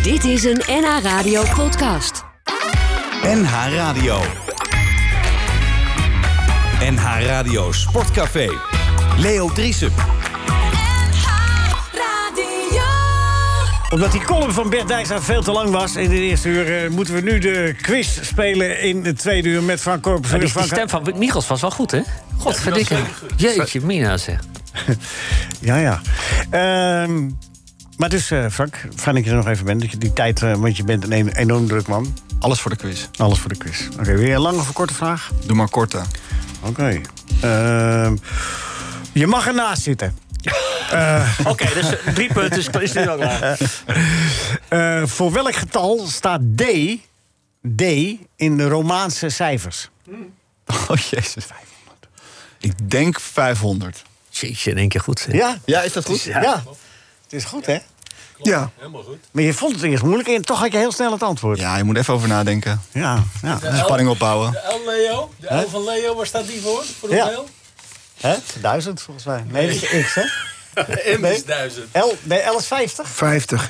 Dit is een NH Radio podcast. NH Radio. NH Radio Sportcafé. Leo Driessen. Omdat die column van Bert Dijkstra veel te lang was in de eerste uur... moeten we nu de quiz spelen in de tweede uur met Frank Korpers. Die stem van Michels was wel goed, hè? Godverdikke. Jeetje, Mina, zeg. Ja. Maar dus, Frank, fijn dat je er nog even bent. Dat je die tijd, want je bent een enorm druk man. Alles voor de quiz. Alles voor de quiz. Oké, weer een lange of een korte vraag? Doe maar korte. Oké. Je mag ernaast zitten. Oké, dus 3 punten is nu al klaar. Voor welk getal staat D in de Romaanse cijfers? Oh, jezus. 500. Ik denk 500. Jeetje, in één keer goed, zeg. Ja? Ja, is dat goed? Ja. Het is goed, hè? Ja. Helemaal goed. Maar je vond het eerst moeilijk en toch had je heel snel het antwoord. Ja, je moet even over nadenken. Ja. De spanning opbouwen. De L, Leo. De L van Leo, waar staat die voor? Voor hoeveel? Hè? 1000 volgens mij. Nee, dat is X, hè? M is 1000. L is 50? 50.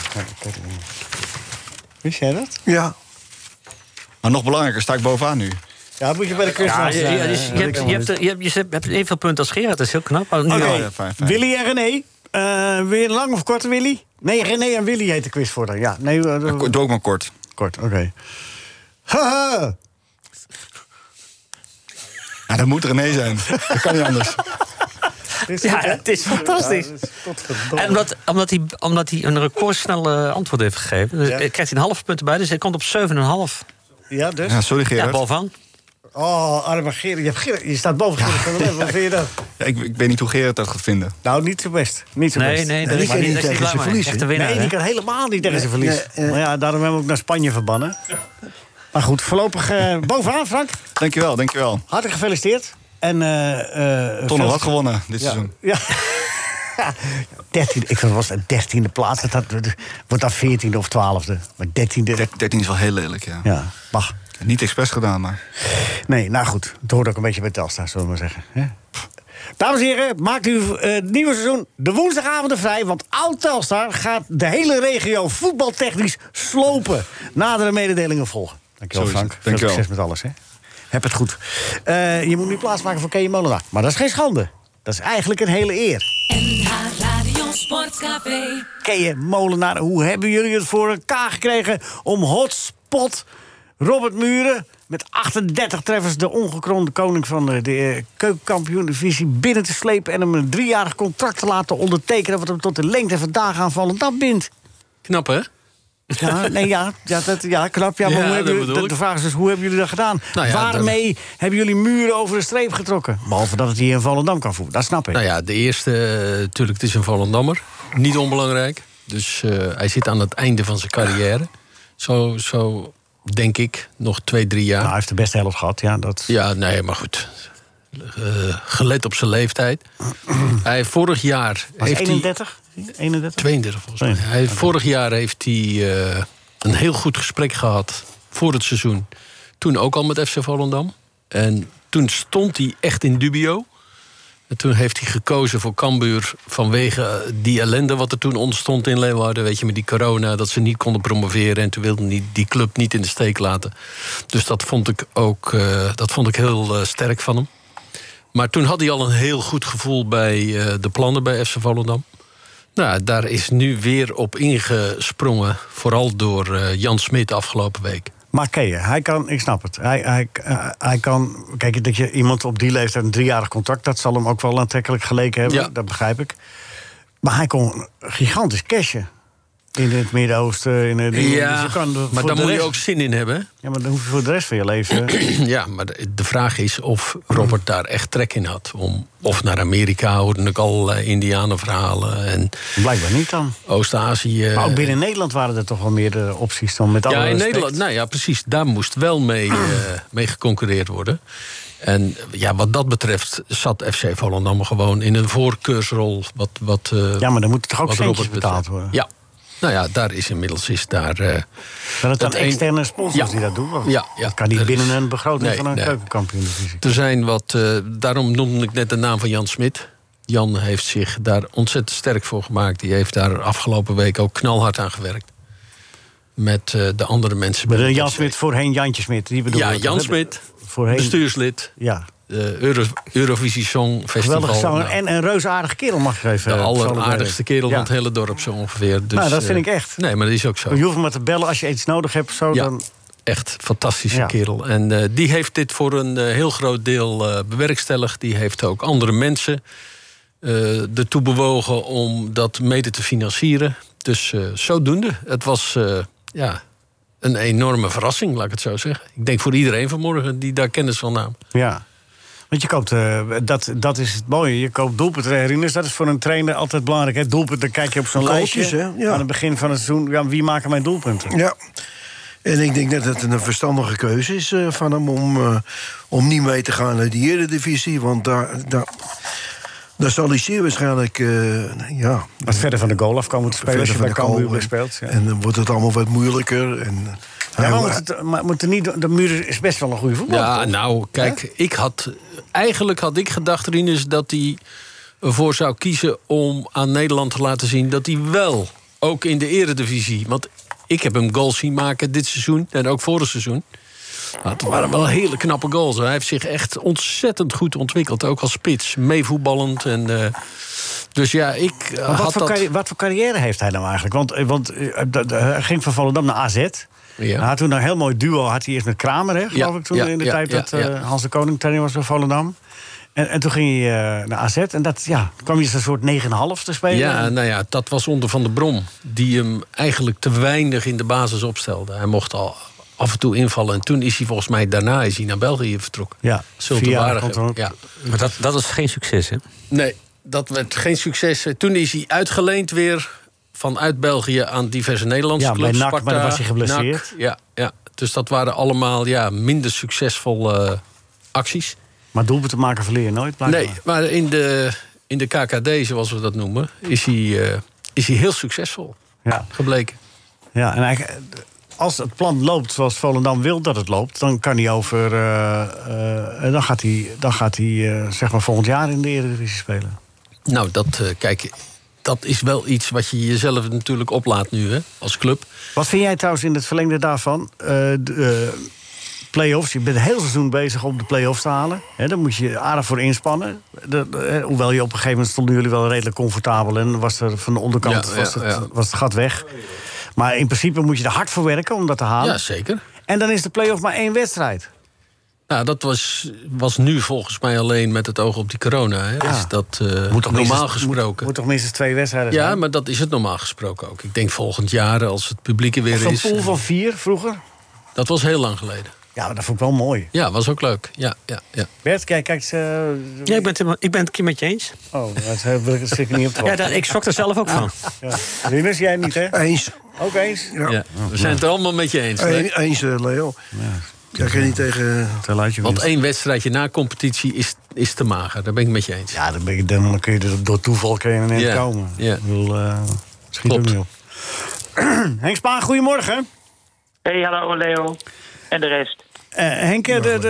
Wist jij dat? Ja. Maar nog belangrijker, sta ik bovenaan nu. Ja, moet je bij de quiz Ja, naast staan. je hebt evenveel punten als Gerard, dat is heel knap. Nu Oké, al. Ja, fijn. Willy en René. Weer lang of kort, Willy? Nee, René en Willy heet de quiz voor dan. Ja, nee, Doe ook maar kort. kort, oké. Haha. Ja, dat moet René zijn. Dat kan niet anders. Ja, het is fantastisch. En omdat hij een recordsnelle antwoord heeft gegeven... Dus krijgt hij een half punt erbij, dus hij komt op 7,5. Ja, dus? Ja, sorry Gerard. Ja, bovenaan. Oh, arme Gerard. Je staat boven Gerard van der Lem. Wat vind je dat? Ja, ik weet niet hoe Gerard dat gaat vinden. Nou, niet zo best. Niet zo best. Nee, dat is kan niet niet tegen blij zijn mee. verlies, Echt hè? de winnaar, Nee, die hè? kan helemaal niet tegen zijn verlies. Maar ja, daarom hebben we ook naar Spanje verbannen. Maar goed, voorlopig bovenaan, Frank. Dankjewel. Hartelijk gefeliciteerd. En, Toch nog wat gewonnen dit ja. seizoen. Ja. 13, ik vind het was de 13e plaats. Dat wordt dan 14e of 12e. Maar 13e. 13 is wel heel lelijk, ja. Ja, mag. Niet expres gedaan, maar... Nee, nou goed. Het hoort ook een beetje bij Telstar, zullen we maar zeggen. Hè? Dames en heren, maakt u het nieuwe seizoen de woensdagavonden vrij... want Oud-Telstar gaat de hele regio voetbaltechnisch slopen. Nadere mededelingen volgen. Dankjewel, Zo is het. Frank. Veel Dankjewel. succes met alles, hè. Heb het goed. Je moet nu plaatsmaken voor Kees Molenaar. Maar dat is geen schande. Dat is eigenlijk een hele eer. NH Radio Sportcafé. Kees Molenaar, hoe hebben jullie het voor elkaar gekregen... om hotspot Robert Muren met 38 treffers... de ongekroonde koning van de keukenkampioen-divisie binnen te slepen... en hem een 3-jarig contract te laten ondertekenen... wat hem tot de lengte van dagen aan Volendam bindt? Knap, hè? Ja, nee, knap. Ja, maar Ja, hoe hebben dat jullie, bedoel ik. de vraag is dus, hoe hebben jullie dat gedaan? Nou ja, Waarmee hebben jullie Muren over de streep getrokken? Behalve dat het hier in Volendam kan voelen, dat snap ik. Nou ja, de eerste, natuurlijk, het is een Volendammer. Niet onbelangrijk. Dus hij zit aan het einde van zijn carrière. Zo denk ik, nog 2-3 jaar. Nou, hij heeft de beste helft gehad, ja. Ja, nee, maar goed. Gelet op zijn leeftijd. Hij vorig jaar... Was heeft 31? 31? 32 volgens mij. Vorig jaar heeft hij een heel goed gesprek gehad voor het seizoen. Toen ook al met FC Volendam. En toen stond hij echt in dubio. En toen heeft hij gekozen voor Cambuur vanwege die ellende wat er toen ontstond in Leeuwarden. Weet je, met die corona, dat ze niet konden promoveren. En toen wilde hij die club niet in de steek laten. Dus dat vond ik ook heel sterk van hem. Maar toen had hij al een heel goed gevoel bij de plannen bij FC Volendam. Nou, daar is nu weer op ingesprongen. Vooral door Jan Smit afgelopen week. Maar Kees, hij kan, ik snap het. Hij kan, kijk, dat je iemand op die leeftijd een 3-jarig contract... dat zal hem ook wel aantrekkelijk geleken hebben, Ja. dat begrijp ik. Maar hij kon gigantisch cashen. In het Midden-Oosten. Ja, dus kan maar daar moet je ook zin in hebben. Hè? Ja, maar dan hoef je voor de rest van je leven... Ja, maar de vraag is of Robert daar echt trek in had. Of naar Amerika, hoorden ik allerlei Indianenverhalen. En Blijkbaar niet dan. Oost-Azië. Maar ook binnen Nederland waren er toch wel meer opties dan met alle Ja, in respect. Nederland, nou ja, precies. Daar moest wel mee geconcurreerd worden. En ja, wat dat betreft zat FC Volendam gewoon in een voorkeursrol. Ja, maar dan moeten toch ook wat centjes Robert betaald betreft. worden? Ja. Nou ja, daar is inmiddels... Zijn het dan het een- externe sponsors Ja. die dat doen? Want Ja. dat kan niet Er binnen is- een begroting Nee, van een nee. keukenkampioen-divisie. Er zijn wat... daarom noemde ik net de naam van Jan Smit. Jan heeft zich daar ontzettend sterk voor gemaakt. Die heeft daar afgelopen week ook knalhard aan gewerkt. met de andere mensen. Met Jan Smit, voorheen Jantje Smit. Die bedoel ja, ik, Jan Smit, bestuurslid. Ja. Eurovisie Songfestival. Geweldige zanger en een reusaardige kerel, mag ik even. De alleraardigste kerel van het hele dorp zo ongeveer. Dus, nou, dat vind ik echt. Nee, maar dat is ook zo. Je hoeft maar te bellen als je iets nodig hebt. Zo, ja, dan... echt fantastische kerel. En die heeft dit voor een heel groot deel bewerkstelligd. Die heeft ook andere mensen ertoe bewogen om dat mede te financieren. Dus zodoende. Het was een enorme verrassing, laat ik het zo zeggen. Ik denk voor iedereen vanmorgen die daar kennis van nam. Ja. Want je koopt, dat is het mooie, je koopt doelpuntherinners. Dat is voor een trainer altijd belangrijk. Hè? Doelpunt, dan kijk je op zo'n lijstje. Ja. Aan het begin van het seizoen, ja, wie maken mijn doelpunten? Ja, en ik denk dat het een verstandige keuze is van hem om niet mee te gaan naar de Eredivisie. Want daar zal hij zeer waarschijnlijk... wat verder van de goal af komen te spelen als je bij Cambuur speelt. Ja. En dan wordt het allemaal wat moeilijker. En, maar moet er niet, de Muur is best wel een goede voetballer. Ja, nou, kijk, eigenlijk had ik gedacht, Rinus, dat hij ervoor zou kiezen om aan Nederland te laten zien dat hij wel, ook in de Eredivisie... want ik heb hem goals zien maken dit seizoen en ook vorig seizoen. Maar het waren wel hele knappe goals. Hij heeft zich echt ontzettend goed ontwikkeld, ook als spits, meevoetballend. Dus ja, wat voor carrière heeft hij nou eigenlijk? Want hij ging van Volendam naar AZ. Ja. Hij had toen een heel mooi duo, had hij eerst met Kramer, hè, geloof ik, toen in de tijd dat Hans de Koning trainer was bij Volendam. En toen ging hij naar AZ en kwam je een soort 9,5 te spelen. Ja, nou ja, dat was onder Van der Brom, die hem eigenlijk te weinig in de basis opstelde. Hij mocht al af en toe invallen. En toen is hij volgens mij daarna naar België vertrokken. Ja, ja. Maar dat was geen succes, hè? Nee, dat werd geen succes. Toen is hij uitgeleend weer vanuit België aan diverse Nederlandse clubs. Bij NAC, Sparta, maar dan was hij geblesseerd. NAC, ja. Dus dat waren allemaal minder succesvolle acties. Maar doelpunten maken verleer je nooit, blijkbaar. Nee, maar in de KKD, zoals we dat noemen, is hij heel succesvol gebleken. Ja, en eigenlijk, als het plan loopt zoals Volendam wil dat het loopt, dan kan hij over. Dan gaat hij zeg maar volgend jaar in de Eredivisie spelen. Nou, kijk, dat is wel iets wat je jezelf natuurlijk oplaat nu, hè, als club. Wat vind jij trouwens in het verlengde daarvan? Play-offs, je bent het hele seizoen bezig om de play-offs te halen. Daar moet je aardig voor inspannen. Hoewel je op een gegeven moment stonden jullie wel redelijk comfortabel en was er van de onderkant was het gat weg. Maar in principe moet je er hard voor werken om dat te halen. Ja, zeker. En dan is de play-off maar 1 wedstrijd. Nou, dat was nu volgens mij alleen met het oog op die corona. Hè? Ja. Is dat normaal gesproken? Moet toch minstens 2 wedstrijden zijn? Ja, maar dat is het normaal gesproken ook. Ik denk volgend jaar, als het publiek er weer is. Zo'n pool van 4 vroeger? Dat was heel lang geleden. Ja, maar dat vond ik wel mooi. Ja, was ook leuk. Ja. Bert, kijk eens. Ja, ik ben het een met je eens. Oh, daar wil ik het zeker niet op wachten. Ja, ik schrok er zelf ook van. Ja. Rinus, jij niet, hè? Eens. Ook eens? Ja. We zijn het er allemaal met je eens. Eens, Leo. Ja, kan je niet tegen... Want 1 wedstrijdje na competitie is te mager. Daar ben ik met je eens. Ja, dan kun je er door toeval er net komen. Ja. Ik bedoel, schiet ook niet op. Henk Spaan, goedemorgen. Hey, hallo Leo. En de rest. Henk,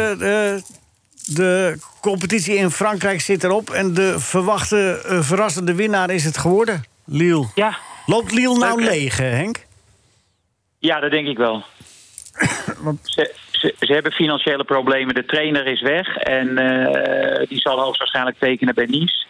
de competitie in Frankrijk zit erop. En de verwachte verrassende winnaar is het geworden. Lille. Ja. Loopt Lille nou leeg, Henk? Ja, dat denk ik wel. Ze hebben financiële problemen. De trainer is weg. En die zal hoogstwaarschijnlijk tekenen bij Nice.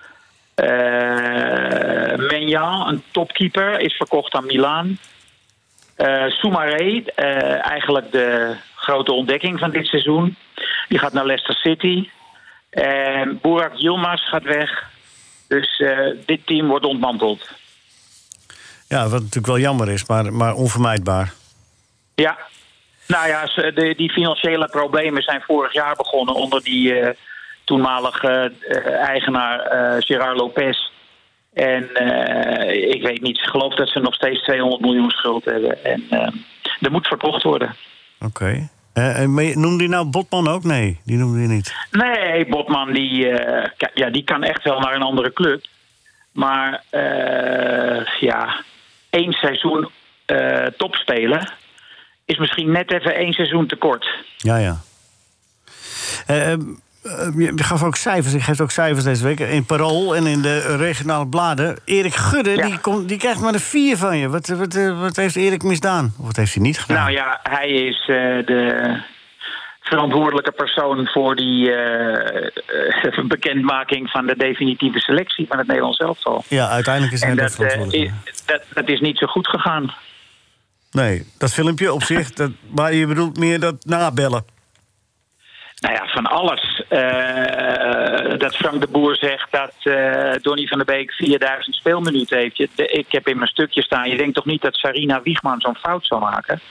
Maignan, een topkeeper, is verkocht aan Milaan. Soumaré, eigenlijk de grote ontdekking van dit seizoen. Die gaat naar Leicester City. En Burak Yilmaz gaat weg. Dus dit team wordt ontmanteld. Ja, wat natuurlijk wel jammer is, maar onvermijdbaar. Ja. Nou ja, die financiële problemen zijn vorig jaar begonnen onder die toenmalige eigenaar Gerard Lopez. En ik weet niet, ik geloof dat ze nog steeds 200 miljoen schuld hebben. En er moet verkocht worden. Oké. Noemde die nou Botman ook? Nee, die noemde die niet. Nee, Botman die kan echt wel naar een andere club. Maar 1 seizoen topspelen is misschien net even 1 seizoen te kort. Ja. Je gaf ook cijfers. Ik geef ook cijfers deze week. In Parool en in de regionale bladen. Erik Gudde, die krijgt maar een 4 van je. Wat heeft Erik misdaan? Of wat heeft hij niet gedaan? Nou ja, hij is de verantwoordelijke persoon voor die bekendmaking van de definitieve selectie van het Nederlands elftal. Ja, uiteindelijk is hij dat verantwoordelijk. Dat is niet zo goed gegaan. Nee, dat filmpje op zich, maar je bedoelt meer dat nabellen. Nou ja, van alles. Dat Frank de Boer zegt dat Donny van der Beek 4000 speelminuten heeft. Ik heb in mijn stukje staan, je denkt toch niet dat Sarina Wiegman zo'n fout zou maken?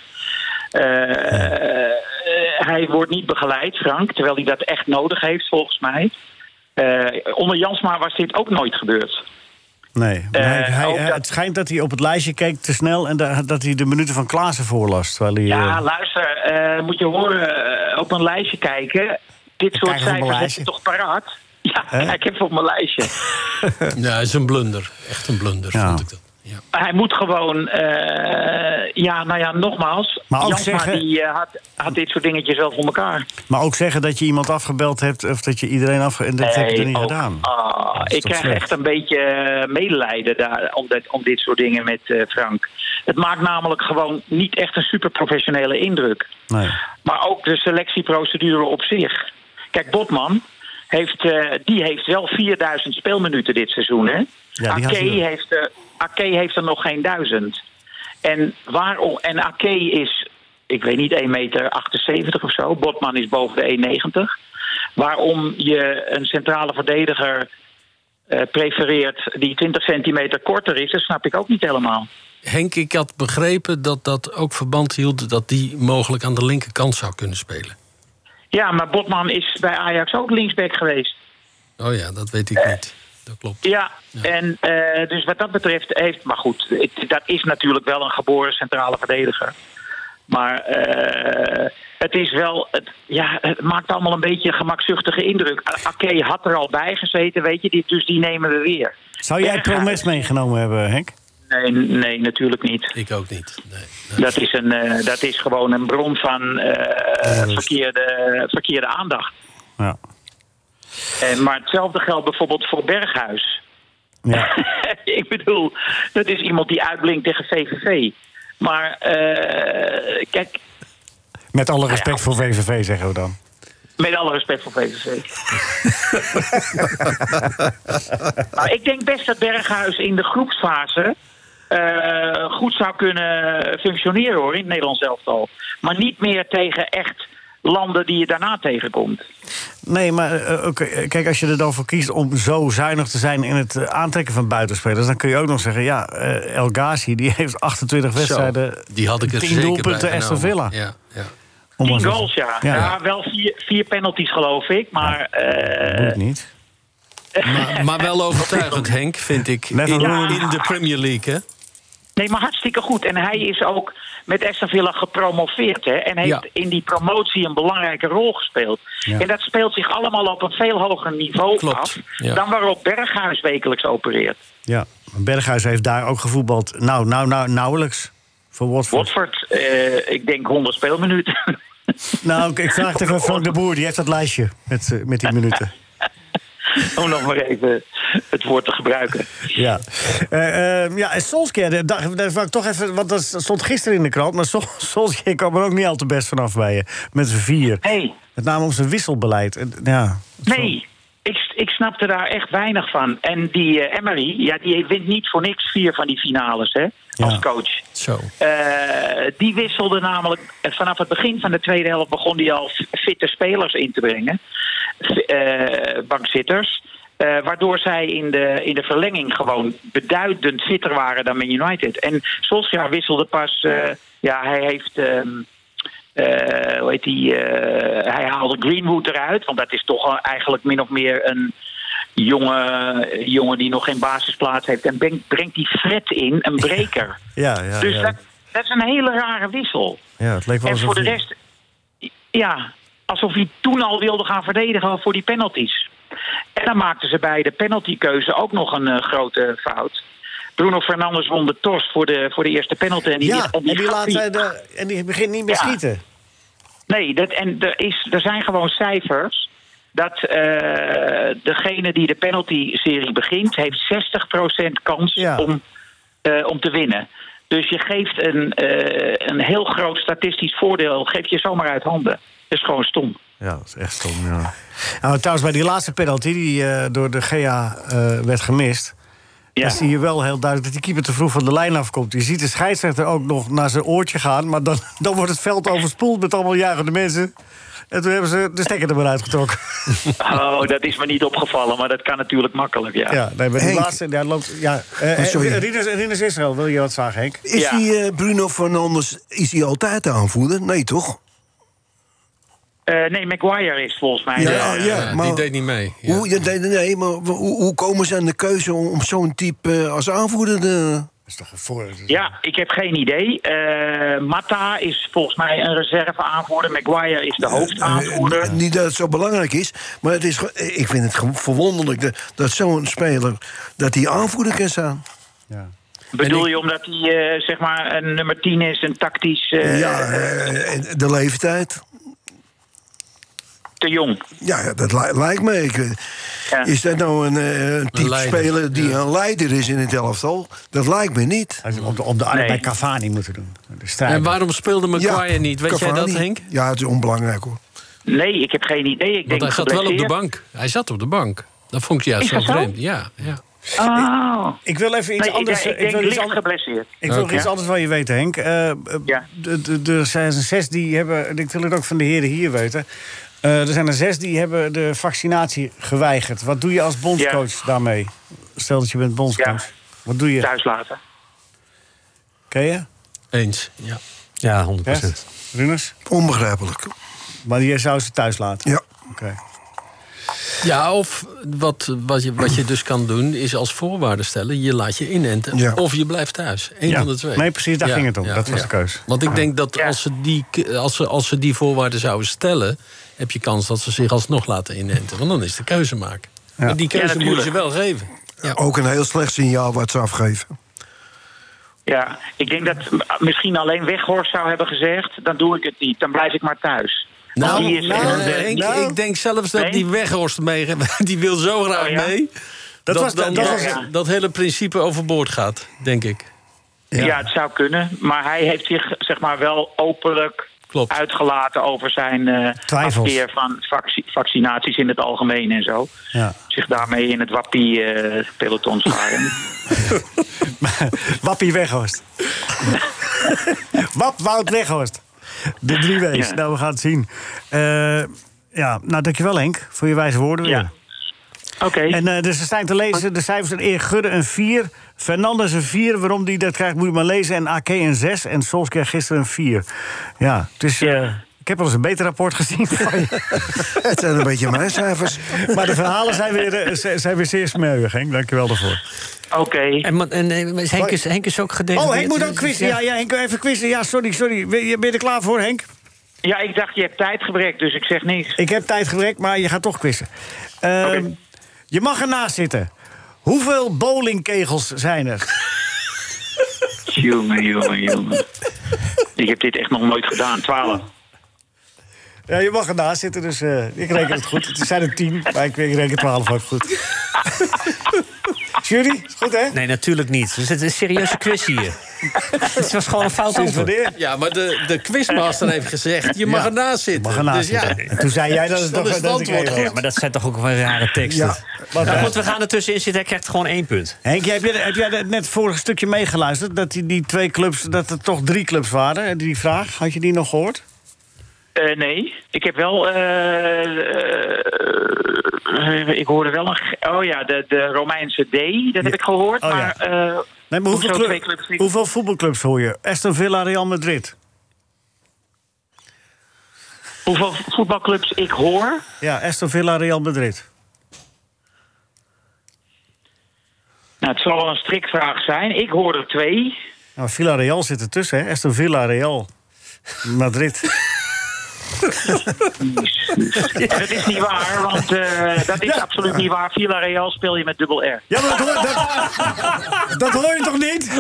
Hij wordt niet begeleid, Frank, terwijl hij dat echt nodig heeft, volgens mij. Onder Jansma was dit ook nooit gebeurd. Nee, het schijnt dat hij op het lijstje keek te snel en dat hij de minuten van Klaassen voorlas. Ja, luister, moet je horen, op een lijstje kijken. Dit soort cijfers heb je toch paraat? Ja, ik heb het op mijn lijstje. Ja, het is een blunder. Echt een blunder, vond ik dat. Ja. Hij moet gewoon, nogmaals, maar ook Jansma zeggen, die had dit soort dingetjes wel voor elkaar. Maar ook zeggen dat je iemand afgebeld hebt of dat je iedereen en dat heb je er niet gedaan. Ik krijg echt een beetje medelijden daar om dit soort dingen met Frank. Het maakt namelijk gewoon niet echt een superprofessionele indruk. Nee. Maar ook de selectieprocedure op zich. Kijk, Botman heeft wel 4000 speelminuten dit seizoen, hè? Ja, Ake heeft er nog geen 1000. En Ake is, ik weet niet, 1,78 meter of zo. Botman is boven de 1,90. Waarom je een centrale verdediger prefereert die 20 centimeter korter is, dat snap ik ook niet helemaal. Henk, ik had begrepen dat ook verband hield dat die mogelijk aan de linkerkant zou kunnen spelen. Ja, maar Botman is bij Ajax ook linksback geweest. Oh ja, dat weet ik niet. Dat klopt. Ja. En dus wat dat betreft heeft... Maar goed, dat is natuurlijk wel een geboren centrale verdediger. Maar het is wel... Het maakt allemaal een beetje een gemakzuchtige indruk. Ake had er al bij gezeten, weet je. Dus die nemen we weer. Zou jij Promes meegenomen hebben, Henk? Nee, natuurlijk niet. Ik ook niet. Nee. Dat is gewoon een bron van verkeerde aandacht. Ja. Maar hetzelfde geldt bijvoorbeeld voor Berghuis. Ja. Ik bedoel, dat is iemand die uitblinkt tegen VVV. Maar kijk... Met alle respect voor VVV, zeggen we dan. Met alle respect voor VVV. Maar ik denk best dat Berghuis in de groepsfase goed zou kunnen functioneren, hoor, in het Nederlands elftal. Maar niet meer tegen echt landen die je daarna tegenkomt. Nee, maar kijk, als je er dan voor kiest om zo zuinig te zijn in het aantrekken van buitenspelers, dan kun je ook nog zeggen, El Ghazi, die heeft 28 wedstrijden, die had ik 10 doelpunten Aston Villa. Ja. 10 goals, ja. Wel 4 penalties, geloof ik, maar... Moet niet. Maar wel overtuigend, Henk, vind ik, in de Premier League, hè? Nee, maar hartstikke goed. En hij is ook met Aston Villa gepromoveerd, hè? En heeft in die promotie een belangrijke rol gespeeld. Ja. En dat speelt zich allemaal op een veel hoger niveau af dan waarop Berghuis wekelijks opereert. Ja, Berghuis heeft daar ook gevoetbald. Nauwelijks. Voor Watford, ik denk 100 speelminuten. Nou, ik vraag het even aan Frank de Boer. Die heeft dat lijstje met die minuten. Om nog maar even het woord te gebruiken. Ja, en Solskjaer, dat wou ik toch even, want dat stond gisteren in de krant, maar Solskjaer kwam er ook niet al te best vanaf bij je, met z'n 4. Nee. Met name om zijn wisselbeleid. Nee, ik snapte daar echt weinig van. En die Emery, die wint niet voor niks 4 van die finales, hè, als coach. Zo. Die wisselde namelijk, vanaf het begin van de tweede helft begon hij al fitte spelers in te brengen. Bankzitters. Waardoor zij in de verlenging gewoon beduidend fitter waren dan Man United. En Solskjaer wisselde pas... hij heeft... hij haalde Greenwood eruit. Want dat is toch eigenlijk min of meer een jongen die nog geen basisplaats heeft. En brengt die Fred in, een breker. Dus dat is een hele rare wissel. Ja, het leek wel en voor de rest... Ja, alsof hij toen al wilde gaan verdedigen voor die penalties. En dan maakten ze bij de penaltykeuze ook nog een grote fout. Bruno Fernandes won de TOS voor de eerste penalty. En die begint niet meer schieten. Nee, er zijn gewoon cijfers dat degene die de penalty-serie begint, heeft 60% kans om te winnen. Dus je geeft een heel groot statistisch voordeel, geef je zomaar uit handen. Dat is gewoon stom. Ja, dat is echt stom, ja. Nou, trouwens, bij die laatste penalty die door de GA werd gemist... Ja. Dan zie je wel heel duidelijk dat die keeper te vroeg van de lijn afkomt. Je ziet de scheidsrechter ook nog naar zijn oortje gaan... maar dan wordt het veld overspoeld met allemaal juichende mensen... En toen hebben ze de stekker er maar uitgetrokken. Oh, dat is me niet opgevallen, maar dat kan natuurlijk makkelijk, ja. Ja, nee, maar die laatste... Ja, loopt, ja, Rinus Israël, wil je wat vragen, Henk? Is die Bruno Fernandes, is hij altijd aanvoerder? Nee, toch? Nee, Maguire is volgens mij... maar die deed niet mee. Ja. Hoe komen ze aan de keuze om zo'n type als aanvoerder te... Ja, ik heb geen idee. Mata is volgens mij een reserve-aanvoerder. Maguire is de hoofdaanvoerder. Niet dat het zo belangrijk is, maar ik vind het verwonderlijk dat zo'n speler dat hij aanvoerder kan staan. Ja. Bedoel je omdat hij zeg maar een nummer 10 is, een tactisch... de leeftijd. Te jong. Ja, dat lijkt me. Is dat nou een type speler die een leider is in het elftal? Dat lijkt me niet. Op de arm bij Cavani moeten doen. En waarom speelde Maguire niet? Weet jij dat, Henk? Ja, het is onbelangrijk, hoor. Nee, ik heb geen idee. Want hij zat wel op de bank. Hij zat op de bank. Dat vond ik juist zo vreemd. Ja. Oh. Ik wil even iets anders. Ik wil licht geblesseerd. Ik wil iets anders van je weten, Henk. Er zijn 6 die hebben... Ik wil het ook van de heren hier weten... er zijn er 6 die hebben de vaccinatie geweigerd. Wat doe je als bondscoach daarmee? Stel dat je bent bondscoach. Ja. Wat doe je? Thuis laten. Ken je? Eens, ja 100%. Runers? Onbegrijpelijk. Maar je zou ze thuis laten? Ja. Oké. Ja, of wat je dus kan doen, is als voorwaarde stellen... je laat je inenten, of je blijft thuis. Eén van de twee. Nee, precies, daar ging het om. Dat was de keus. Want ik denk dat als ze die voorwaarden zouden stellen... heb je kans dat ze zich alsnog laten inenten. Want dan is de keuze maken. Ja. En die keuze moeten ze wel geven. Ja. Ook een heel slecht signaal wat ze afgeven. Ja, ik denk dat misschien alleen Weghorst zou hebben gezegd... dan doe ik het niet, dan blijf ik maar thuis. Ik denk zelfs dat die Weghorst mee... die wil zo graag mee... Dat hele principe overboord gaat, denk ik. Ja, het zou kunnen. Maar hij heeft zich zeg maar wel openlijk... uitgelaten over zijn afkeer van vaccinaties in het algemeen en zo. Ja. Zich daarmee in het wappie-peloton scharen. Wappie Weghorst. Wout Weghorst. De 3 W's. Ja. Nou, we gaan het zien. Dankjewel Henk, voor je wijze woorden weer. Ja. Oké. En dus er zijn te lezen de cijfers en Gudde een 4... Fernandes een 4, waarom die dat krijgt moet je maar lezen... en Ake een 6 en Solskjaer gisteren een 4. Ja, dus ik heb al eens een beter rapport gezien van je. Het zijn een beetje mijn cijfers. Maar de verhalen zijn weer zeer smeuig, Henk. Dank je wel daarvoor. Oké. En Henk is ook gedegradeerd. Oh, Henk moet ook quizzen. Ja, Henk, even quizzen. Ja, sorry. Ben je er klaar voor, Henk? Ja, ik dacht, je hebt tijdgebrek, dus ik zeg niks. Ik heb tijdgebrek, maar je gaat toch quizzen. Je mag ernaast zitten. Hoeveel bowlingkegels zijn er? Jongen. Ik heb dit echt nog nooit gedaan. 12. Ja, je mag ernaast zitten, dus ik reken het goed. Het zijn er 10, maar ik reken 12 ook goed. Jury, is goed, hè? Nee, natuurlijk niet. Dus het is een serieuze quiz hier. Het was gewoon een fout antwoord. Ja, maar de quizmaster heeft gezegd... je mag ernaast zitten. En toen zei jij dat het toch het antwoord goed. Ja, maar dat zijn toch ook wel rare teksten. Ja. Maar goed, we gaan er tussenin zitten. Hij krijgt gewoon 1 punt. Henk, heb jij net vorige stukje meegeluisterd... dat die 2 clubs, dat er toch 3 clubs waren? Die vraag, had je die nog gehoord? Nee, ik heb wel... ik hoorde wel de Romeinse D, dat heb ik gehoord. Oh, maar nee, maar hoeveel voetbalclubs hoor je? Aston Villa, Real Madrid. Hoeveel voetbalclubs ik hoor? Ja, Aston Villa, Real Madrid. Nou, het zal wel een strikvraag zijn. Ik hoor er 2. Nou, Villarreal zit ertussen, hè? Aston Villa, Real Madrid. Dat is niet waar, want dat is absoluut niet waar. Villarreal speel je met dubbel R. Ja, maar dat hoor je toch niet?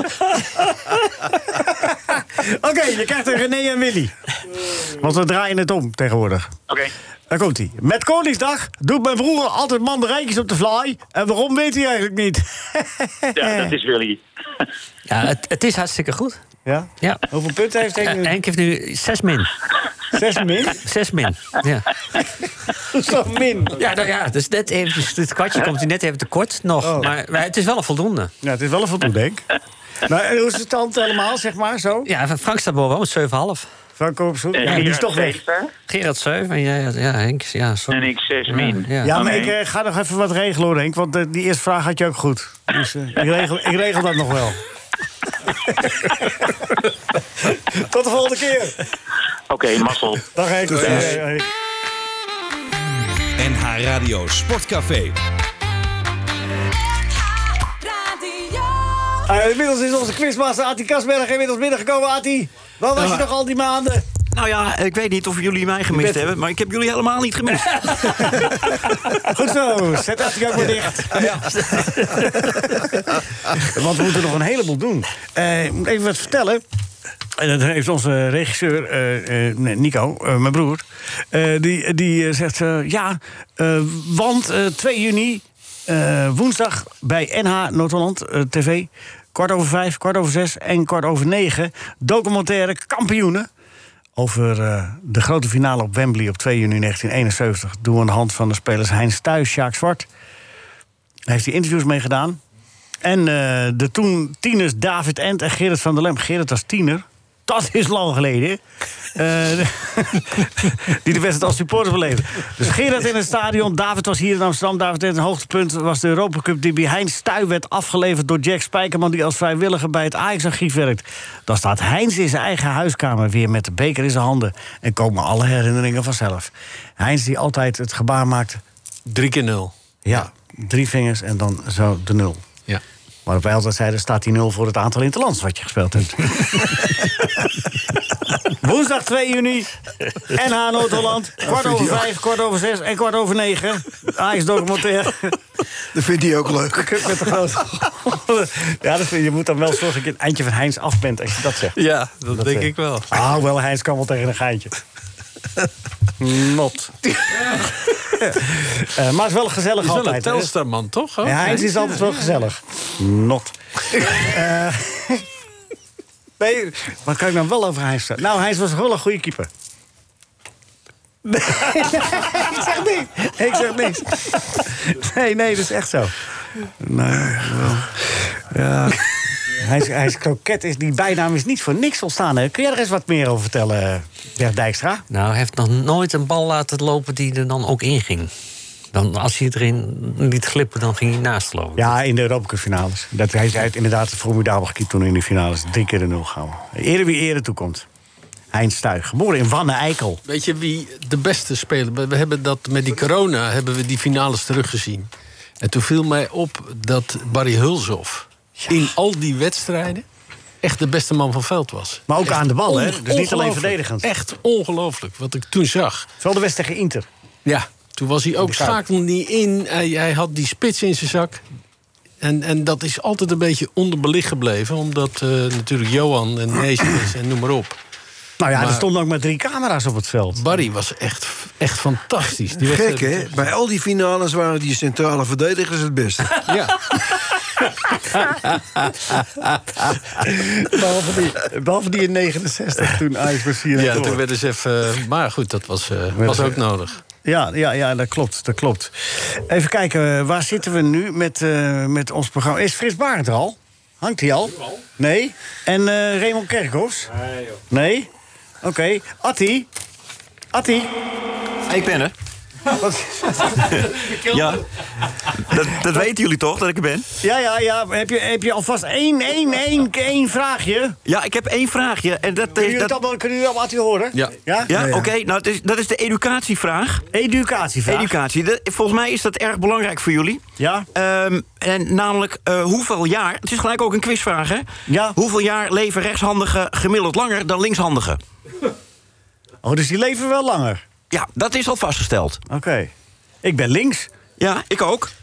Oké, je krijgt een René en Willy. Want we draaien het om tegenwoordig. Oké. Daar komt hij. Met Koningsdag doet mijn broer altijd mandarijntjes op de fly. En waarom weet hij eigenlijk niet? Ja, dat is Willy. Ja, het is hartstikke goed. Ja? Ja. Hoeveel punten heeft hij nu? Henk heeft nu 6 min. 6 min? 6 min, ja. Zo min. Ja, nou ja, dus net eventjes, dit kwartje komt hij net even tekort nog. Oh. Maar het is wel een voldoende. Ja, het is wel een voldoende, denk ik. Nou, en hoe is de stand helemaal, zeg maar, zo? Ja, Frank staat bovenaan met 7,5. Frank op zoek. Ja, die is toch weg. Gerard 7 en jij, ja, Henk, ja, sorry. En ik 6 min. Ja, maar ik ga nog even wat regelen, hoor, Henk. Want die eerste vraag had je ook goed. Dus ik regel dat nog wel. Tot de volgende keer. Oké, mazzel. Dag Henk. NH Radio Sportcafé. Inmiddels is onze quizmaster Ati Kasberg inmiddels binnengekomen. Ati, waar was je nog al die maanden? Nou ja, ik weet niet of jullie mij gemist hebben, maar ik heb jullie helemaal niet gemist. Goed zo, zet Ati ook maar dicht. Ja. Want we moeten nog een heleboel doen. Ik moet even wat vertellen. En dat heeft onze regisseur, Nico, mijn broer... die zegt, want 2 juni... woensdag bij NH Noord-Holland TV, 5:15, 6:15 en 8:45... documentaire Kampioenen over de grote finale op Wembley op 2 juni 1971... doen we aan de hand van de spelers Heinz Stuys, Sjaak Zwart. Daar heeft hij interviews mee gedaan. En de toen tieners David Ent en Gerrit van der Lem. Gerrit als tiener, dat is lang geleden. Die de wedstrijd als supporter beleefde. Dus Gerard in het stadion, David was hier in Amsterdam. David in het hoogtepunt was de Europa Cup die bij Heinz Stuy werd afgeleverd door Jack Spijkerman, die als vrijwilliger bij het Ajax-archief werkt. Dan staat Heinz in zijn eigen huiskamer weer met de beker in zijn handen en komen alle herinneringen vanzelf. Heinz die altijd het gebaar maakt. 3 keer 0. Ja, 3 vingers en dan zo de 0. Ja. Maar wij altijd zeiden, staat die 0 voor het aantal interlands wat je gespeeld hebt. Woensdag 2 juni, NH Noord-Holland, 5:15, 6:15 en 8:45. Ajax documentaire. Dat vindt hij ook leuk. Met de grote. Ja, je moet dan wel zorgen dat je het eindje van Heinz af bent als je dat zegt. Ja, dat denk ik wel. Wel, Heinz kan wel tegen een geintje. Not. Maar het is wel gezellig is wel altijd. Een Telstarman, toch? Ja, Heinz is altijd wel gezellig. Not. Nee, wat kan ik dan wel over Heinz zeggen? Nou, Heinz was wel een goede keeper. Nee, ik zeg niks. Nee, dat is echt zo. Nee, wel. Ja. Hij is kroket, die bijnaam is niet voor niks ontstaan. Hè? Kun jij er eens wat meer over vertellen, Bert Dijkstra? Nou, hij heeft nog nooit een bal laten lopen die er dan ook inging. Dan, als hij het erin liet glippen, dan ging hij naast lopen. Ja, in de Europa Cup finales. Hij heeft inderdaad formidabel gekiept toen in de finales. 3 keer de 0 gehouden. Ere wie ere toekomt. Heinz Stuy, geboren in Wanne-Eickel. Weet je wie de beste speler... We hebben dat met die corona hebben we die finales teruggezien. En toen viel mij op dat Barry Hulshoff in al die wedstrijden echt de beste man van veld was. Maar ook echt aan de bal, hè? Dus niet alleen verdedigend. Echt ongelooflijk, wat ik toen zag. Vooral de wedstrijd tegen Inter. Ja, toen was hij ook schakelde niet in. Hij had die spits in zijn zak. En dat is altijd een beetje onderbelicht gebleven. Omdat natuurlijk Johan en Neesjes en noem maar op. Nou ja, er stonden ook maar 3 camera's op het veld. Barry was echt fantastisch. Die gek, hè? Bij al die finales waren die centrale verdedigers het beste. Ja. Behalve die in 69, toen Ajax was 4. Ja, toen werden ze even... Maar goed, dat was ook nodig. Ja, dat klopt. Even kijken, waar zitten we nu met ons programma? Is Frits Barend er al? Hangt hij al? Nee. En Raymond Kerkhoffs? Nee? Oké. Atti? Ik ben er. Ja, dat weten jullie toch, dat ik er ben? Ja. Heb je alvast één vraagje? Ja, ik heb 1 vraagje. En Kunnen jullie dat Atti horen? Ja, oké. Nou, dat is de educatievraag. Educatie. Volgens mij is dat erg belangrijk voor jullie. Ja. En namelijk, hoeveel jaar... Het is gelijk ook een quizvraag, hè? Ja. Hoeveel jaar leven rechtshandigen gemiddeld langer dan linkshandigen? Oh, dus die leven wel langer? Ja, dat is al vastgesteld. Oké. Ik ben links. Ja, ik ook.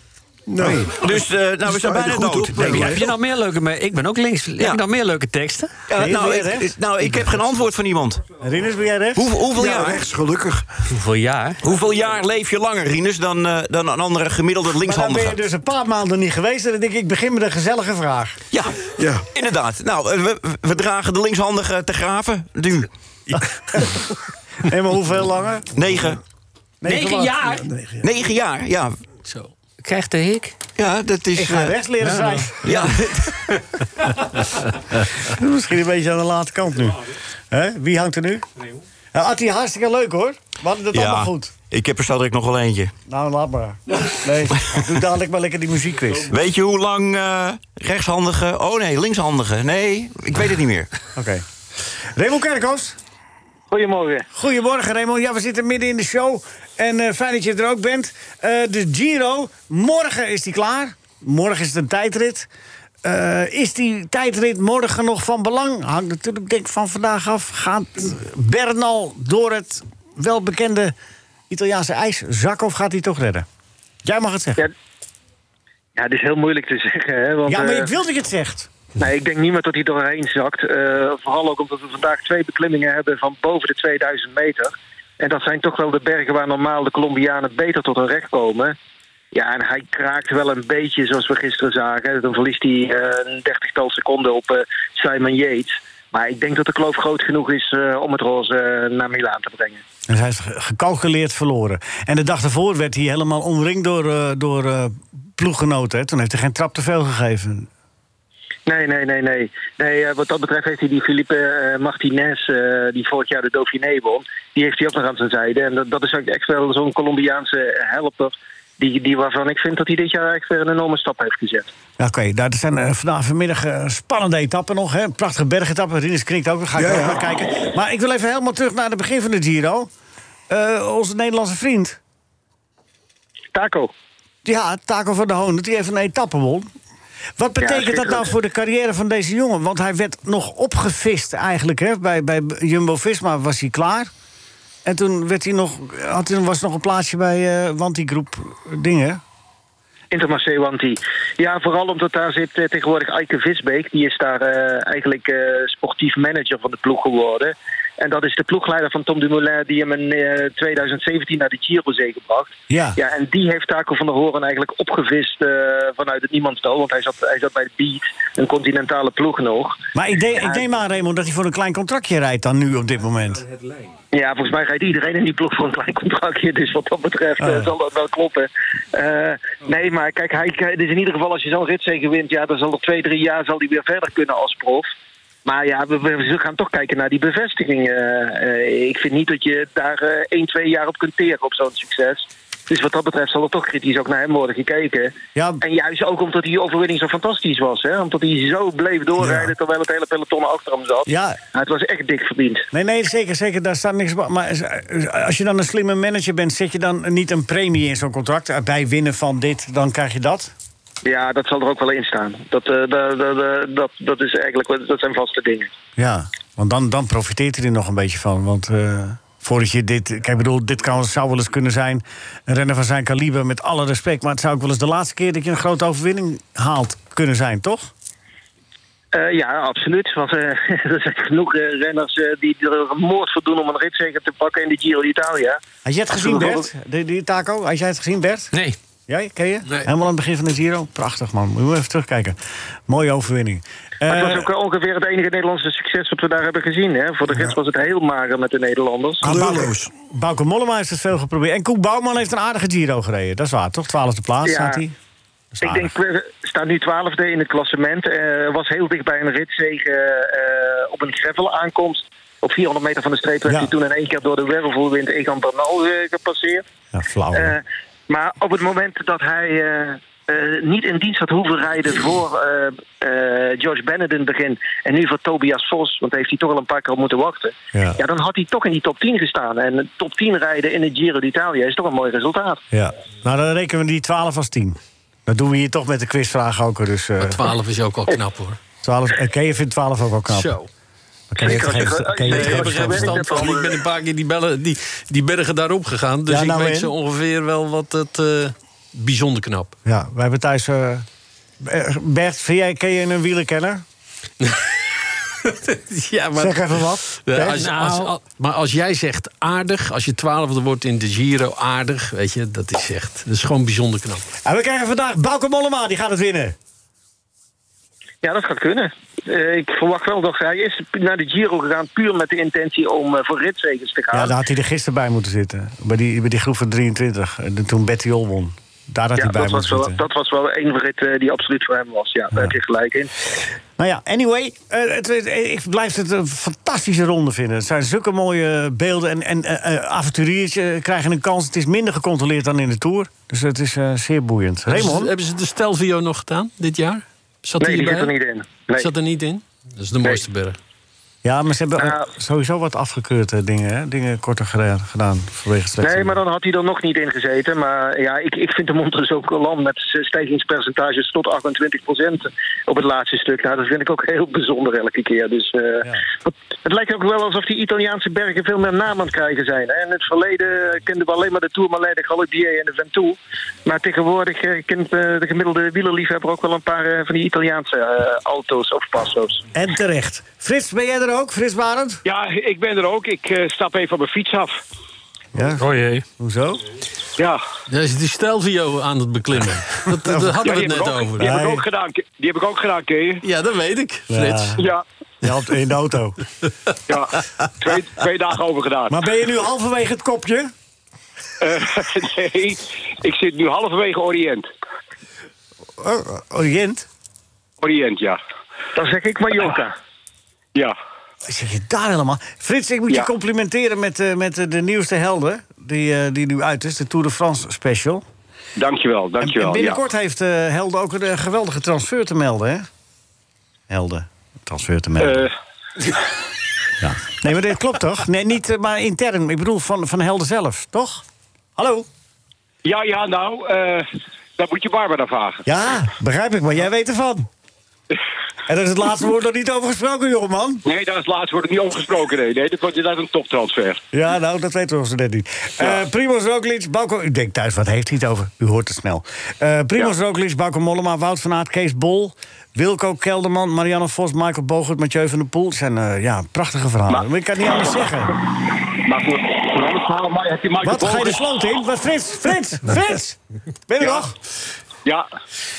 Nee. Dus we zijn bijna dood. Heb je nog meer leuke... Ik ben ook links. Heb je nog meer leuke teksten? Ik heb geen antwoord van iemand. Rinus, ben jij rechts? Hoeveel jaar? Rechts, gelukkig. Hoeveel jaar? Hoeveel jaar leef je langer, Rinus, dan een andere gemiddelde Maar dan linkshandige? ben je dus een paar maanden niet geweest. En dan denk ik begin met een gezellige vraag. Ja, inderdaad. Nou, we dragen de linkshandige te graven. Nu. Nee, maar hoeveel langer? 9 jaar? 9 jaar, ja. Zo. Krijgt de hik? Ja, dat is... Ik ga rechts leren zijn. Ja. Misschien een beetje aan de late kant nu. Wie hangt er nu? Attie, hartstikke leuk hoor. We hadden het allemaal goed. Ik heb er zo direct nog wel eentje. Nou, laat maar. Nee, doe dadelijk maar lekker die muziekquiz. Weet je hoe lang rechtshandige... Oh nee, linkshandige. Nee, ik weet het niet meer. Oké. Raymond Kerkhoffs. Goedemorgen. Goedemorgen, Raymond. Ja, we zitten midden in de show. En fijn dat je er ook bent. De Giro, morgen is die klaar. Morgen is het een tijdrit. Is die tijdrit morgen nog van belang? Hangt natuurlijk denk ik van vandaag af. Gaat Bernal door het welbekende Italiaanse ijs zakken of gaat hij toch redden? Jij mag het zeggen. Ja, het is heel moeilijk te zeggen. Hè, want, ja, maar ik wil dat je het zegt. Nee, ik denk niet meer dat hij doorheen zakt. Vooral ook omdat we vandaag 2 beklimmingen hebben van boven de 2000 meter. En dat zijn toch wel de bergen waar normaal de Colombianen beter tot hun recht komen. Ja, en hij kraakt wel een beetje, zoals we gisteren zagen. Dan verliest hij een 30-tal seconden op Simon Yates. Maar ik denk dat de kloof groot genoeg is om het roze naar Milaan te brengen. En hij is gecalculeerd verloren. En de dag daarvoor werd hij helemaal omringd door ploeggenoten. Hè? Toen heeft hij geen trap te veel gegeven. Nee, wat dat betreft heeft hij die Felipe Martinez, die vorig jaar de Dauphiné won, die heeft hij ook nog aan zijn zijde. En dat is ook echt wel zo'n Colombiaanse helper, die waarvan ik vind dat hij dit jaar echt weer een enorme stap heeft gezet. Ja, oké, daar zijn vanmiddag spannende etappen nog. Hè? Prachtige bergetappen. Rinus knikt ook, daar ga ik ook naar kijken. Maar ik wil even helemaal terug naar het begin van de Giro. Onze Nederlandse vriend. Taco. Ja, Taco van der Hoon, die heeft een etappe won. Wat betekent dat nou voor de carrière van deze jongen? Want hij werd nog opgevist eigenlijk. Hè? Bij Jumbo-Visma was hij klaar. En toen was er nog een plaatsje bij Wanty Groep dingen. Intermarché Wanty. Ja, vooral omdat daar zit tegenwoordig Eike Visbeek. Die is daar eigenlijk sportief manager van de ploeg geworden. En dat is de ploegleider van Tom Dumoulin die hem in 2017 naar de Giro-zee gebracht. Ja, en die heeft Taco van der Hoorn eigenlijk opgevist vanuit het niemandsdal. Want hij zat bij de Beat, een continentale ploeg nog. Maar ik neem aan, Raymond, dat hij voor een klein contractje rijdt dan nu op dit moment. Ja, volgens mij rijdt iedereen in die ploeg voor een klein contractje. Dus wat dat betreft zal dat wel kloppen. Nee, maar kijk, dus in ieder geval als je zo'n ritzege wint, ja, dan zal er 2-3 jaar zal hij weer verder kunnen als prof. Maar ja, we gaan toch kijken naar die bevestiging. Ik vind niet dat je daar 1-2 jaar op kunt teren op zo'n succes. Dus wat dat betreft zal er toch kritisch ook naar hem worden gekeken. Ja. En juist ook omdat die overwinning zo fantastisch was. Hè? Omdat hij zo bleef doorrijden terwijl het hele peloton achter hem zat. Ja. Nou, het was echt dik verdiend. Nee, zeker. Daar staat niks op. Maar als je dan een slimme manager bent, zet je dan niet een premie in zo'n contract? Bij winnen van dit, dan krijg je dat? Ja, dat zal er ook wel in staan. Dat is eigenlijk, dat zijn vaste dingen. Ja, want dan profiteert hij er nog een beetje van. Want voordat je dit... Kijk, ik bedoel, zou wel eens kunnen zijn een renner van zijn kaliber, met alle respect. Maar het zou ook wel eens de laatste keer dat je een grote overwinning haalt kunnen zijn, toch? Ja, absoluut. Want er zijn genoeg renners die er een moord voor doen om een ritzege te pakken in de Giro d'Italia. Had jij het gezien, Bert? Die Taco? Had jij het gezien, Bert? Nee. Jij, ken je? Nee. Helemaal aan het begin van de Giro. Prachtig, man. Moet je even terugkijken. Mooie overwinning. Het was ook ongeveer het enige Nederlandse succes wat we daar hebben gezien. Hè? Voor de rest was het heel mager met de Nederlanders. Bauke Mollema heeft het veel geprobeerd. En Koek Bouwman heeft een aardige Giro gereden. Dat is waar, toch? 12e plaats staat hij. Ik denk, we staan nu 12e in het klassement. Was heel dicht bij een ritzege op een gravel aankomst. Op 400 meter van de streep werd hij toen in één keer door de wervelwind Egan Bernal gepasseerd. Ja, flauw. Maar op het moment dat hij niet in dienst had hoeven rijden voor George Bennett in het begin en nu voor Tobias Vos, want heeft hij toch al een paar keer op moeten wachten. Ja, dan had hij toch in die top 10 gestaan. En de top 10 rijden in het Giro d'Italia is toch een mooi resultaat. Ja, nou dan rekenen we die 12 als 10. Dat doen we hier toch met de quizvraag ook. Dus, 12 is ook al knap, hoor. 12, je vindt 12 ook al knap. Zo. Ik heb er geen verstand van. Ik ben een paar keer die bergen daarop gegaan. Dus ik weet zo ongeveer wel wat bijzonder knap. Ja, wij hebben thuis... Bert, ken je een wielerkenner? Ja, maar, zeg even wat. Maar als jij zegt aardig, als je 12e wordt in de Giro, aardig, weet je, dat is gewoon bijzonder knap. En we krijgen vandaag Bauke Mollema, die gaat het winnen. Ja, dat gaat kunnen. Ik verwacht wel dat hij is naar de Giro gegaan puur met de intentie om voor ritzegers te gaan. Ja, daar had hij er gisteren bij moeten zitten. Bij die groep van 23, toen Betty Ol won. Daar had hij bij moeten zitten. Dat was wel een rit die absoluut voor hem was. Ja, daar heb je gelijk in. Nou ja, anyway, ik blijf het een fantastische ronde vinden. Het zijn zulke mooie beelden en avonturiers krijgen een kans. Het is minder gecontroleerd dan in de Tour. Dus het is zeer boeiend. Raymond? Hebben ze de Stelvio nog gedaan dit jaar? Nee, die zit er niet in. Nee. Zat er niet in? Dat is de mooiste berg. Ja, maar ze hebben sowieso wat afgekeurd dingen, hè? Dingen korter gedaan vanwege slecht. Nee, maar dan had hij er nog niet in gezeten. Maar ja, ik vind de Montreux ook land met stijgingspercentages tot 28% op het laatste stuk. Nou, dat vind ik ook heel bijzonder elke keer. Dus het lijkt ook wel alsof die Italiaanse bergen veel meer naam aan het krijgen zijn. Hè? In het verleden kenden we alleen maar de Tourmalet, de Galibier en de Ventoux. Maar tegenwoordig kent de gemiddelde wielerliefhebber ook wel een paar van die Italiaanse auto's of passo's. En terecht. Frits, ben jij er ook? Frits Barend? Ja, ik ben er ook. Ik stap even van mijn fiets af. Ja? Oh jee. Hoezo? Ja. Daar is die Stelvio aan het beklimmen. Dat hadden we het net over. Die heb ik ook gedaan, ken je? Ja, dat weet ik, Frits. Ja. Je had in de auto. Ja, twee dagen over gedaan. Maar ben je nu halverwege het kopje? Nee, ik zit nu halverwege Orient. Orient? Orient, ja. Dan zeg ik Mallorca. Ja. Zeg je daar helemaal? Frits, ik moet je complimenteren met de nieuwste helden... die nu uit is, de Tour de France special. Dankjewel. En binnenkort heeft Helden ook een geweldige transfer te melden, hè? Helden, transfer te melden. Ja. Nee, maar dit klopt toch? Nee, niet maar intern. Ik bedoel van Helden zelf, toch? Hallo? Ja, nou, dat moet je Barbara vragen. Ja, begrijp ik, maar jij weet ervan. En daar is het laatste woord nog niet over gesproken, jongeman. Nee, daar is het laatste woord nog niet over gesproken. Nee, dat wordt inderdaad een toptransfer. Ja, nou, dat weten we zo net niet. Primož Roglič, Bauke... U denkt thuis, wat heeft hij het over? U hoort het snel. Primož Roglič, Bauke Mollema, Wout van Aert, Kees Bol... Wilco Kelderman, Marianne Vos, Michael Bogert, Mathieu van der Poel. Het zijn prachtige verhalen. Maar ik kan het niet anders zeggen. Maar voor een ander verhaal heb je Michael Wat, Bogert... ga je de sloot in? Wat, Frits! Ben je er nog? Ja.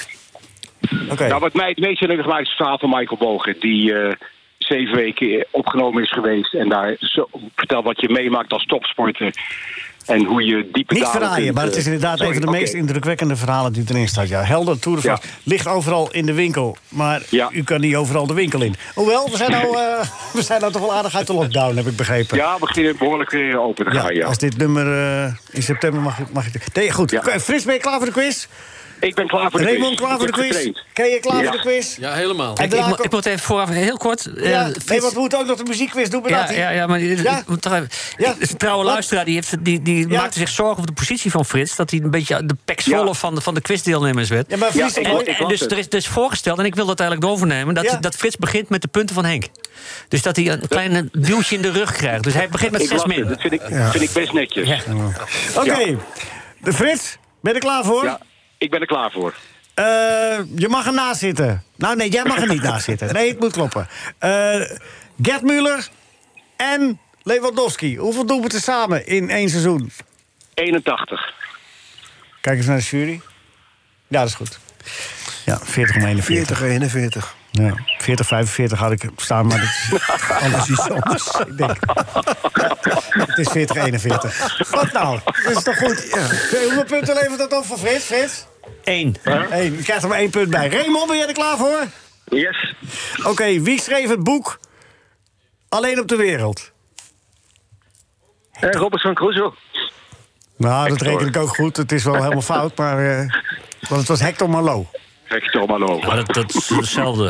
Okay. Nou, wat mij het meest indruk gemaakt is het verhaal van Michael Bogert... die 7 weken opgenomen is geweest... en daar vertelt wat je meemaakt als topsporter... en hoe je diepe niet dalen verraaien, kunt, maar het is inderdaad een van de meest indrukwekkende verhalen... die erin staat. Ja, Helder, Tour de France, ligt overal in de winkel... maar u kan niet overal de winkel in. Hoewel, we zijn nou toch wel aardig uit de lockdown, heb ik begrepen. Ja, we beginnen behoorlijk weer open te gaan, Als dit nummer in september mag je... Nee, goed. Ja. Frits, ben je klaar voor de quiz? Ik ben klaar voor de quiz. Raymond, klaar voor de quiz? Ken je klaar voor de quiz? Ja, helemaal. Ik moet even vooraf heel kort... nee, want we moeten ook nog de muziekquiz doen. Maar moet toch even... Een trouwe luisteraar die maakte zich zorgen over de positie van Frits... dat hij een beetje de peksvolle van de quizdeelnemers werd. Ja, maar Frits, dus er is voorgesteld, en ik wil dat eigenlijk doorvernemen... dat Frits begint met de punten van Henk. Dus dat hij een klein duwtje in de rug krijgt. Dus hij begint met 6 min. Dat vind ik best netjes. Ja. Oké. Frits, ben je er klaar voor? Ja. Ik ben er klaar voor. Je mag ernaast zitten. Nou, nee, jij mag er niet naast zitten. Nee, het moet kloppen. Gerd Müller en Lewandowski. Hoeveel doelpunten samen in 1 seizoen? 81. Kijk eens naar de jury. Ja, dat is goed. Ja, 40,41. 40-41. Ja, 40-45 had ik staan, maar dat is alles iets anders. Ik denk. Het is 40-41. Wat nou? Dat is toch goed? Ja. Hoeveel punten levert dat op voor Frits? 1. Je krijgt er maar 1 punt bij. Raymond, ben jij er klaar voor? Yes. Oké, wie schreef het boek Alleen op de wereld? Robinson Crusoe. Nou, dat reken ik ook goed. Het is wel helemaal fout, maar... want het was Hector Malot. Maar dat is hetzelfde.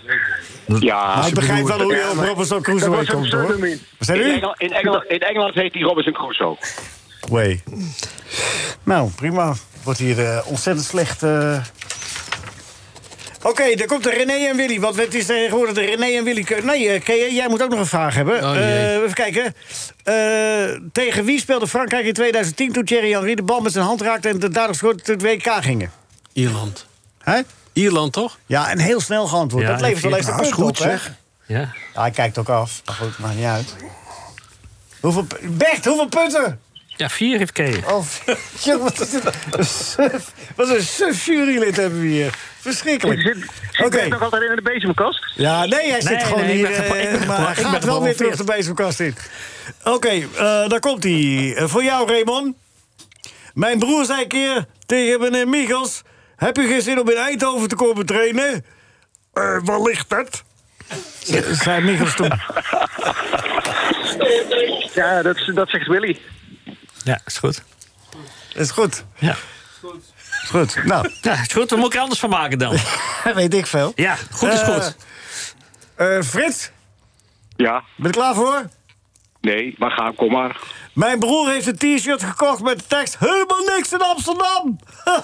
Ja, maar ik begrijp wel hoe je op Robinson Crusoe komt, hoor. Wat zei u? In Engeland heet hij Robinson Crusoe. Wee. Nou, prima. Wordt hier ontzettend slecht Oké, daar komt de René en Willy. Want het is tegenwoordig de René en Willy... Nee, jij moet ook nog een vraag hebben. Even kijken. Tegen wie speelde Frankrijk in 2010... toen Thierry Henry de bal met zijn hand raakte... en daardoor scoorde het WK gingen? Ierland. Hè? Ierland, toch? Ja, en heel snel geantwoord. Ja, dat levert wel eens een punt goed, op, hè? zeg. Ja. Hij kijkt ook af. Maar goed, maakt niet uit. Bert, hoeveel punten? Ja, 4 heeft Kees. Oh, wat een suf jurylid hebben we hier. Verschrikkelijk. Zit hij nog altijd in de bezemkast? Ja, nee, hij zit gewoon hier. Maar hij ik ben gaat wel weer terug de bezemkast in. Oké, daar komt hij. Voor jou, Raymond. Mijn broer zei een keer tegen meneer Michels... heb je geen zin om in Eindhoven te komen trainen? Waar ligt dat? Zei Michels toen. Ja, dat zegt Willy. Ja, is goed. Is goed. Ja. Is goed. Nou. Ja, is goed. Wat moet ik er anders van maken dan? Weet ik veel. Ja, goed is goed. Frits, Ja, ben je klaar voor? nee, maar kom maar. Mijn broer heeft een t-shirt gekocht met de tekst... helemaal niks in Amsterdam.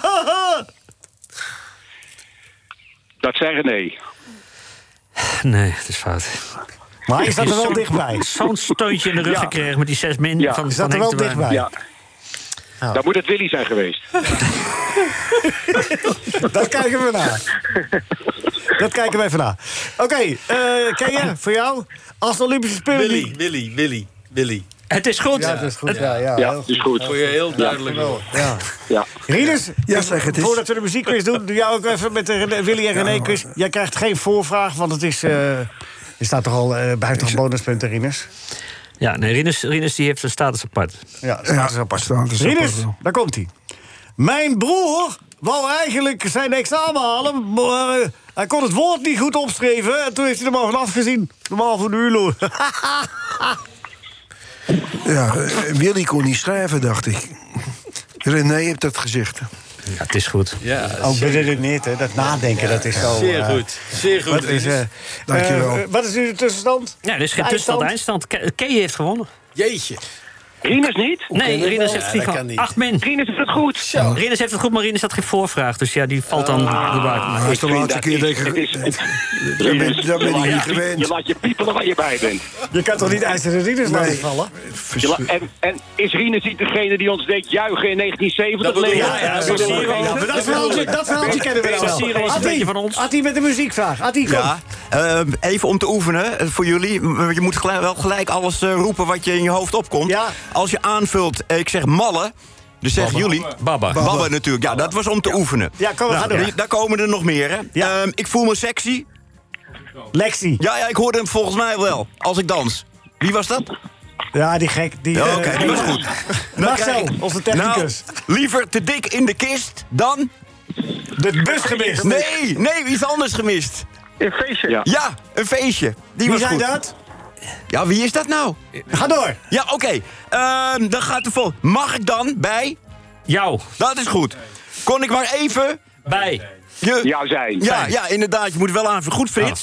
Dat zeggen nee. Nee, het is fout. Maar hij staat er wel dichtbij. Zo'n steuntje in de rug Ja. gekregen met die 6 min Ja. van Hij staat er Henk wel de Waard. dichtbij. Ja. Dan moet het Willy zijn geweest. Dat kijken we na. Dat kijken wij even na. Oké, Kees, voor jou. Als de Olympische Spelen... Willy. Het is goed. Ja, dat is goed. Ja, Ja, heel dat is goed. Voor je heel duidelijk. Ja. Ja. Rinus, Ja, zeg het eens. voordat we de muziekquiz doen... doe jou ook even met de Willy en René quiz. Jij krijgt geen voorvraag, want het is... je staat toch al buiten een bonuspunten, Rinus? Ja, nee, Rinus die heeft een status apart. Ja, staat apart. Rinus, daar komt hij. Mijn broer wou eigenlijk zijn examen halen... maar hij kon het woord niet goed opschrijven... en toen heeft hij er maar van afgezien. Normaal voor de ULO. Ja, Willy kon niet schrijven, dacht ik. René heeft dat gezegd. Ja, het is goed. Ja, Ook beredeneerd, hè? Dat nadenken, dat is zo... zeer goed. Zeer goed. Wat is, Dankjewel. wat is nu de tussenstand? Ja, er is geen tussenstand, eindstand. Kees heeft gewonnen. Jeetje. Rinus niet? Nee, Rinus heeft dat kan niet. 8 min. Rinus heeft het goed. Rinus heeft het goed, maar Rinus had geen voorvraag. Dus ja, die valt dan de buiten. Hij is de laatste keer dat Het is, dat ben ik niet gewend. Je laat je piepelen waar je bij bent. Je kan toch niet IJzeren Rinus laten vallen? En is Rinus niet degene die ons deed juichen in 1970? Ja, zo zie je wel. Ja, maar dat verhaaltje kennen we wel. Cyril was een beetje van ons. Attie met de muziekvraag. Attie, kom. Ja, even om te oefenen voor jullie. Je moet wel gelijk alles roepen wat je in je hoofd opkomt. Ja. Als je aanvult, ik zeg malle, dus zeggen jullie... Baba. Baba natuurlijk, ja, dat was om te oefenen. Ja, kom, we gaan door. Daar komen er nog meer, hè. Ja. Ik voel me sexy. Lexi. Ja, ik hoorde hem volgens mij wel, als ik dans. Wie was dat? Ja, die gek. Ja, oké, die was goed. Marcel, onze technicus. Nou, liever te dik in de kist dan... De bus gemist. Nee, iets anders gemist. Een feestje. Ja, een feestje. Die Wie was zei goed. dat? Ja, wie is dat nou? Ga door. Ja, oké. Dan gaat de vol. Mag ik dan bij? Jou. Dat is goed. Kon ik maar even... Bij. Jou zijn. Ja, inderdaad. Je moet wel aan. Goed, Frits.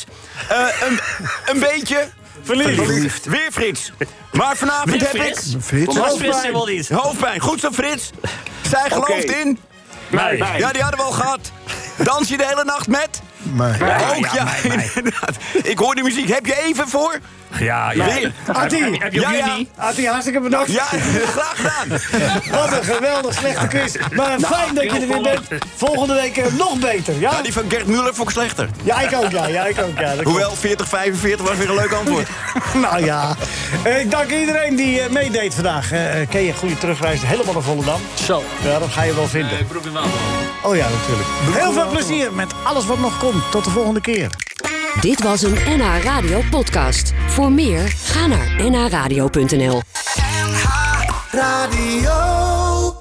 Een beetje... Verliefd. Weer Frits. Maar vanavond heb ik... Frits? Dat is Frits wel niet. Hoofdpijn. Goed zo, Frits. Zij gelooft in... Bij. Ja, die hadden we al gehad. Dans je de hele nacht met? Maar Ook, ja, inderdaad. Ik hoor de muziek. Heb je even voor? Ja. Weer? Attie. Heb je ook jullie? Attie, hartstikke bedankt. Ja, graag gedaan. Wat een geweldig slechte quiz. Maar fijn dat je er weer bent. Volgende week nog beter, ja? Ja, die van Gert Muller vond ik slechter. Ja, ik ook, ja. Dat Hoewel, 40-45 was weer een leuk antwoord. Nou ja. Ik dank iedereen die meedeed vandaag. Ken je goede terugreis helemaal naar Volendam? Zo. Ja, dat ga je wel vinden. Broek in Waterland. Oh ja, natuurlijk. Heel veel plezier met alles wat nog komt. Tot de volgende keer. Dit was een NH Radio podcast. Voor meer, ga naar nhradio.nl. NH Radio.